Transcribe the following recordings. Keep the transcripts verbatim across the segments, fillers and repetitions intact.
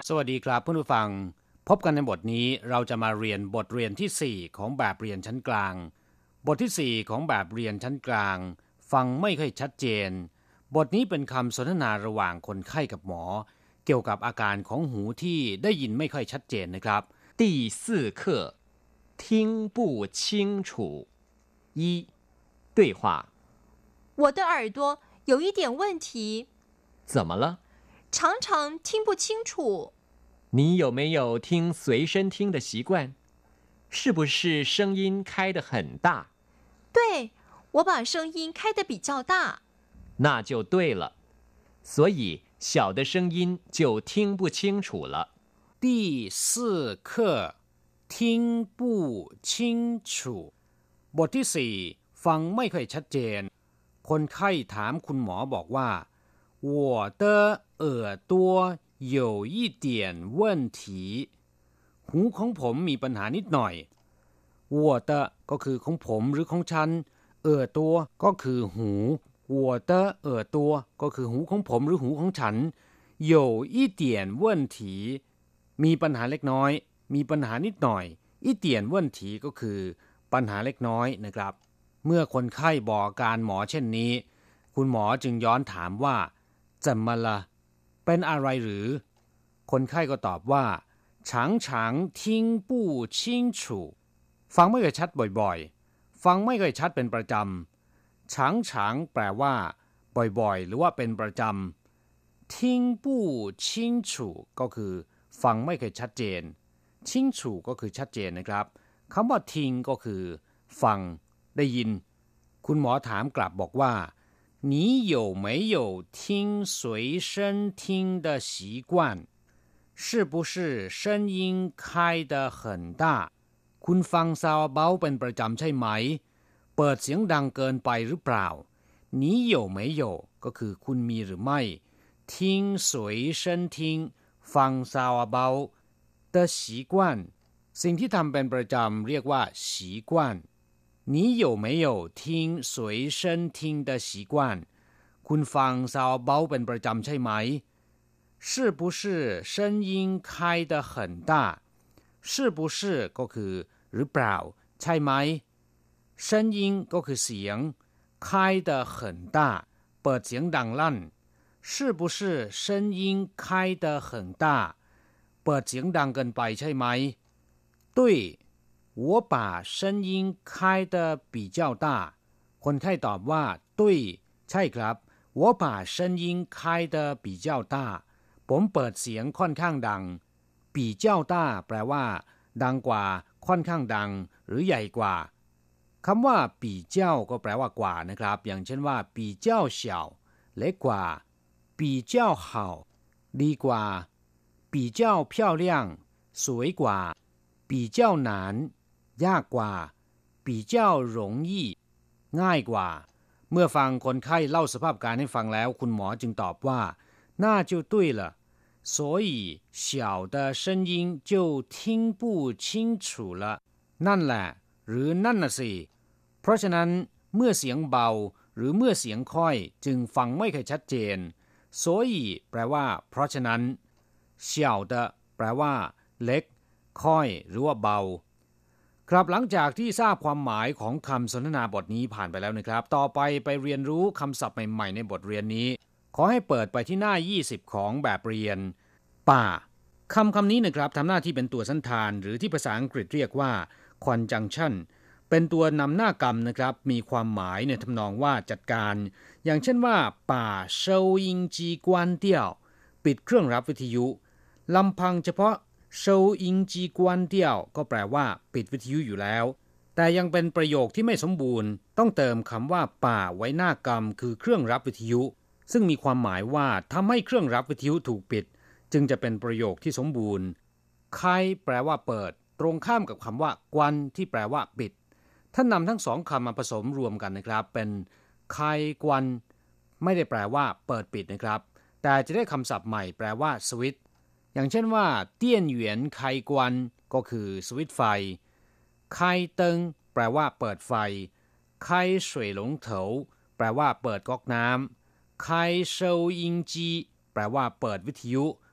สวัสดีครับเพื่อนผู้ฟังพบกันในบทนี้เราจะมาเรียนบทเรียนที่สี่ของแบบเรียนชั้นกลางบทที่สี่ของแบบเรียนชั้นกลางฟังไม่ค่อยชัดเจนบทนี้เป็นคำสนทนาระหว่างคนไข้กับหมอเกี่ยวกับอาการของหูที่ได้ยินไม่ค่อยชัดเจนนะครับ第四课听不清楚一对话我的耳朵有一点问题， 怎么了？ 常常听不清楚。 你有没有听随身听的习惯？是不是声音开得很大？ 对，我把声音开得比较大。 那就对了，所以小的声音就听不清楚了。 第四课听不清楚บทที่สี่ฟังไม่ค่อยชัดเจนคนไข้ถามคุณหมอบอกว่า我的耳朵有一点问题หูของผมมีปัญหานิดหน่อย我的ก็คือของผมหรือของฉัน耳朵ก็คือหู我的耳朵ก็คือหูของผมหรือหูของฉัน有一点问题มีปัญหาเล็กน้อยมีปัญหานิดหน่อย一点问题ก็คือปัญหาเล็กน้อยนะครับเมื่อคนไข้บอกอาการหมอเช่นนี้คุณหมอจึงย้อนถามว่า怎么了เป็นอะไรหรือคนไข้ก็ตอบว่า常常听不清楚ฟังไม่ค่อยชัดบ่อยๆฟังไม่ค่อยชัดเป็นประจำ常常แปลว่าบ่อยๆหรือว่าเป็นประจำ听不清楚ก็คือฟังไม่ค่อยชัดเจน清楚ก็คือชัดเจนนะครับคำว่าทิ้งก็คือฟังได้ยินคุณหมอถามกลับบอกว่า你有没有听随身听的习惯是不是声音开得很大คุณฟังซาวเบาเป็นประจำใช่ไหมเปิดเสียงดังเกินไปหรือเปล่า你有没有ก็คือคุณมีหรือไม่听随身听ฟังซาวเบา的习惯สิ่งที่ทำเป็นประจำเรียกว่า习惯你有没有听随身听的习惯คุณฟังซาวเบาเป็นประจำใช่ไหม是不是声音开得很大是不是ก็คือหรือเปล่าใช่ไหม声音ก็คือเสียง开得很大เปิดเสียงดังลั่น是不是声音开得很大เปิดเสียงดังเกินไปใช่ไหม对我把声音开得比较大คนไข้ตอบว่า对ใช่ครับ我把声音开得比较大ผมเปิดเสียงค่อนข้างดัง比较大แปลว่าดังกว่าค่อนข้างดังหรือใหญ่กว่าคำว่า比较ก็แปลว่ากว่านะครับอย่างเช่นว่า比较小เล็กกว่า比较好ดีกว่า比较漂亮สวยกว่า比较难ยากกว่า比较容易ง่ายกว่าเมื่อฟังคนไข้เล่าสภาพการให้ฟังแล้วคุณหมอจึงตอบว่า那就对了所以小的声音就听不清楚了นั่นแหละหรือนั่นน่ะสิเพราะฉะนั้นเมื่อเสียงเบาหรือเมื่อเสียงค่อยจึงฟังไม่ค่อยชัดเจน所以แปลว่าเพราะฉะนั้น小的แปลว่าเล็กค่อยหรือว่าเบาครับหลังจากที่ทราบความหมายของคำสนทนาบทนี้ผ่านไปแล้วนะครับต่อไปไปเรียนรู้คำศัพท์ใหม่ๆในบทเรียนนี้ขอให้เปิดไปที่หน้ายี่สิบของแบบเรียนป่าคำคำนี้นะครับทำหน้าที่เป็นตัวสันธานหรือที่ภาษาอังกฤษเรียกว่า conjunction เป็นตัวนำหน้ากรรมนะครับมีความหมายในทำนองว่าจัดการอย่างเช่นว่าป่า收音机关掉ปิดเครื่องรับวิทยุลำพังเฉพาะ收音机关掉ก็แปลว่าปิดวิทยุอยู่แล้วแต่ยังเป็นประโยคที่ไม่สมบูรณ์ต้องเติมคำว่าป่าไว้หน้ากรรมคือเครื่องรับวิทยุซึ่งมีความหมายว่าทำให้เครื่องรับวิทยุถูกปิดจึงจะเป็นประโยคที่สมบูรณ์ไคแปลว่าเปิดตรงข้ามกับคำว่ากวนที่แปลว่าปิดถ้านำทั้งสองคำมาผสมรวมกันนะครับเป็นไคกวนไม่ได้แปลว่าเปิดปิดนะครับแต่จะได้คำศัพท์ใหม่แปลว่าสวิตช์อย่างเช่นว่าเตี้ยนเหวียนไคกวนก็คือสวิตช์ไฟไคเติงแปลว่าเปิดไฟไคสวยหลงเถาแปลว่าเปิดก๊อกน้ำไคเซาอิงจีแปลว่าเปิดวิทยุ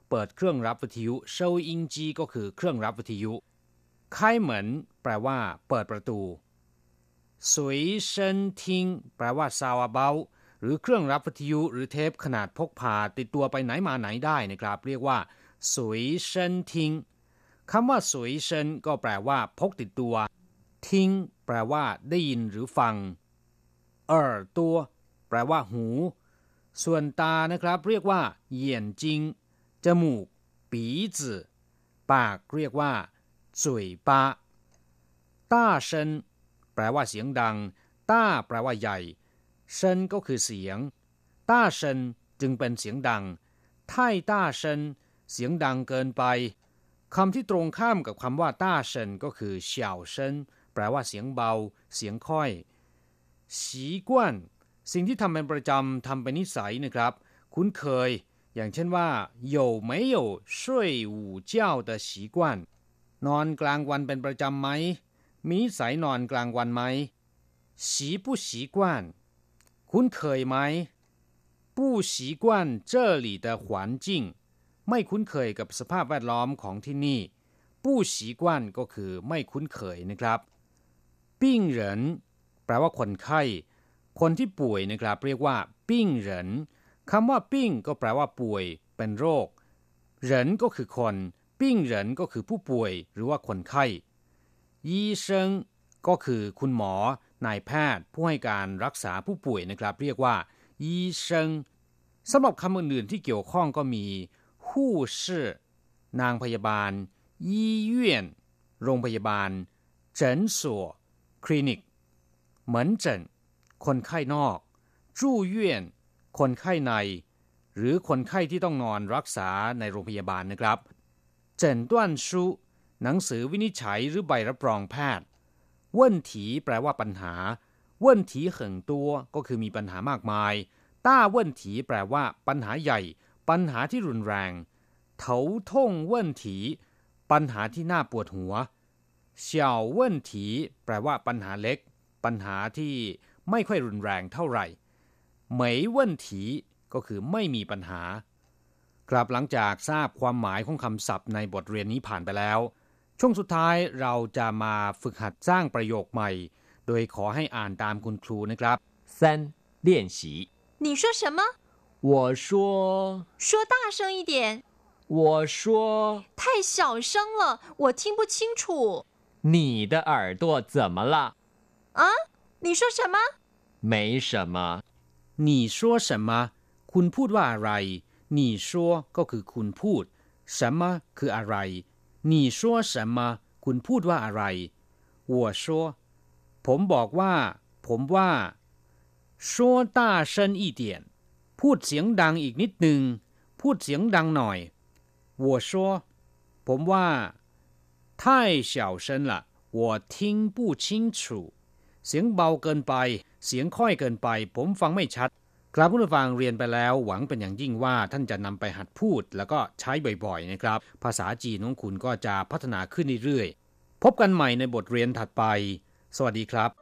เปิดเครื่องรับวิทยุ收音机ก็คือเครื่องรับวิทยุ开门แปลว่าเปิดประตู随身听แปลว่า sound about หรือเครื่องรับวิทยุหรือเทปขนาดพกพาติดตัวไปไหนมาไหนได้นะครับเรียกว่า随身听คำว่า随身ก็แปลว่าพกติดตัวทิ้งแปลว่าได้ยินหรือฟัง耳朵แปลว่าหูส่วนตานะครับเรียกว่า眼睛จมูก鼻子ปากเรียกว่า嘴巴大声แปลว่าเสียงดังต้าแปลว่าใหญ่เซินก็คือเสียงต้าเซินจึงเป็นเสียงดังไท่ต้าเซินเสียงดังเกินไปคำที่ตรงข้ามกับคำว่าต้าเซินก็คือเฉี่ยวเซินแปลว่าเสียงเบาเสียงค่อยสีกวนสิ่งที่ทำเป็นประจำทำเป็นนิสัยนะครับคุ้นเคยอย่างเช่นว่า有没有睡午觉的习惯นอนกลางวันเป็นประจำไหมมีนิสัยนอนกลางวันไหม习不习惯คุ้นเคยไหม不习惯这里的环境ไม่คุ้นเคยกับสภาพแวดล้อมของที่นี่不习惯ก็คือไม่คุ้นเคยนะครับ病人แปลว่าคนไข้คนที่ป่วยนะครับเรียกว่าปิ้งเหรินคำว่าปิ้งก็แปลว่าป่วยเป็นโรคเหรินก็คือคนปิ้งเหรินก็คือผู้ป่วยหรือว่าคนไข้ยี่เซิงก็คือคุณหมอนายแพทย์ผู้ให้การรักษาผู้ป่วยนะครับเรียกว่ายี่เซิงสำหรับคำอื่นๆที่เกี่ยวข้องก็มีฮู่ซื่อนางพยาบาลยี่เย่นโรงพยาบาลเจินสัวคลินิกเหมินเจินคนไข้นอกจู่เย่นคนไข้ในหรือคนไข้ที่ต้องนอนรักษาในโรงพยาบาลนะครับเจินต้วนชูหนังสือวินิจฉัยหรือใบรับรองแพทย์เว่นถีแปลว่าปัญหาเว่นถีเหิงตัวก็คือมีปัญหามากมายต้าเว่นถีแปลว่าปัญหาใหญ่ปัญหาที่รุนแรงเถาท่งเว่นถีปัญหาที่น่าปวดหัวเฉี่ยวเว่นถีแปลว่าปัญหาเล็กปัญหาที่ไม่ค่อยรุนแรงเท่าไหร่เหมยเว่นถีก็คือไม่มีปัญหาครับหลังจากทราบความหมายของคำศัพท์ในบทเรียนนี้ผ่านไปแล้วช่วงสุดท้ายเราจะมาฝึกหัดสร้างประโยคใหม่โดยขอให้อ่านตามคุณครูนะครับ三练习你说什么我说说大声一点我说太小声了我听不清楚你的耳朵怎么了啊你说什么没什么你说什么คุณพูดว่าอะไร你说ก็คือคุณพูด什么คืออะไร你说什么คุณพูดว่าอะไร我说ผมบอกว่าผมว่า说大声一点พูดเสียงดังอีกนิดนึงพูดเสียงดังหน่อย我说ผมว่า太小声了我听不清楚เสียงเบาเกินไปเสียงค่อยเกินไปผมฟังไม่ชัดครับผู้ฟังเรียนไปแล้วหวังเป็นอย่างยิ่งว่าท่านจะนำไปหัดพูดแล้วก็ใช้บ่อยๆนะครับภาษาจีนของคุณก็จะพัฒนาขึ้นเรื่อยๆพบกันใหม่ในบทเรียนถัดไปสวัสดีครับ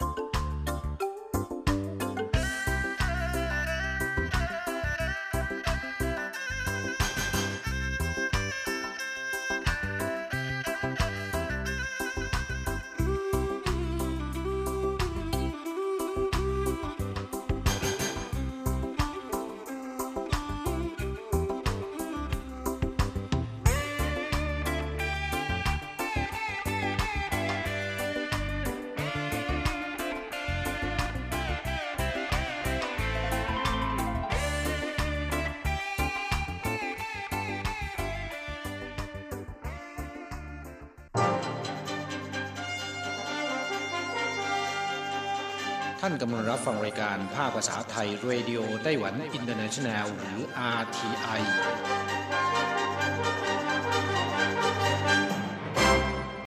ท่านกำลังรับฟังรายการภาคภาษาไทยเรดิโอไต้หวันอินเตอร์เนชั่นแนลหรือ อาร์ ที ไอ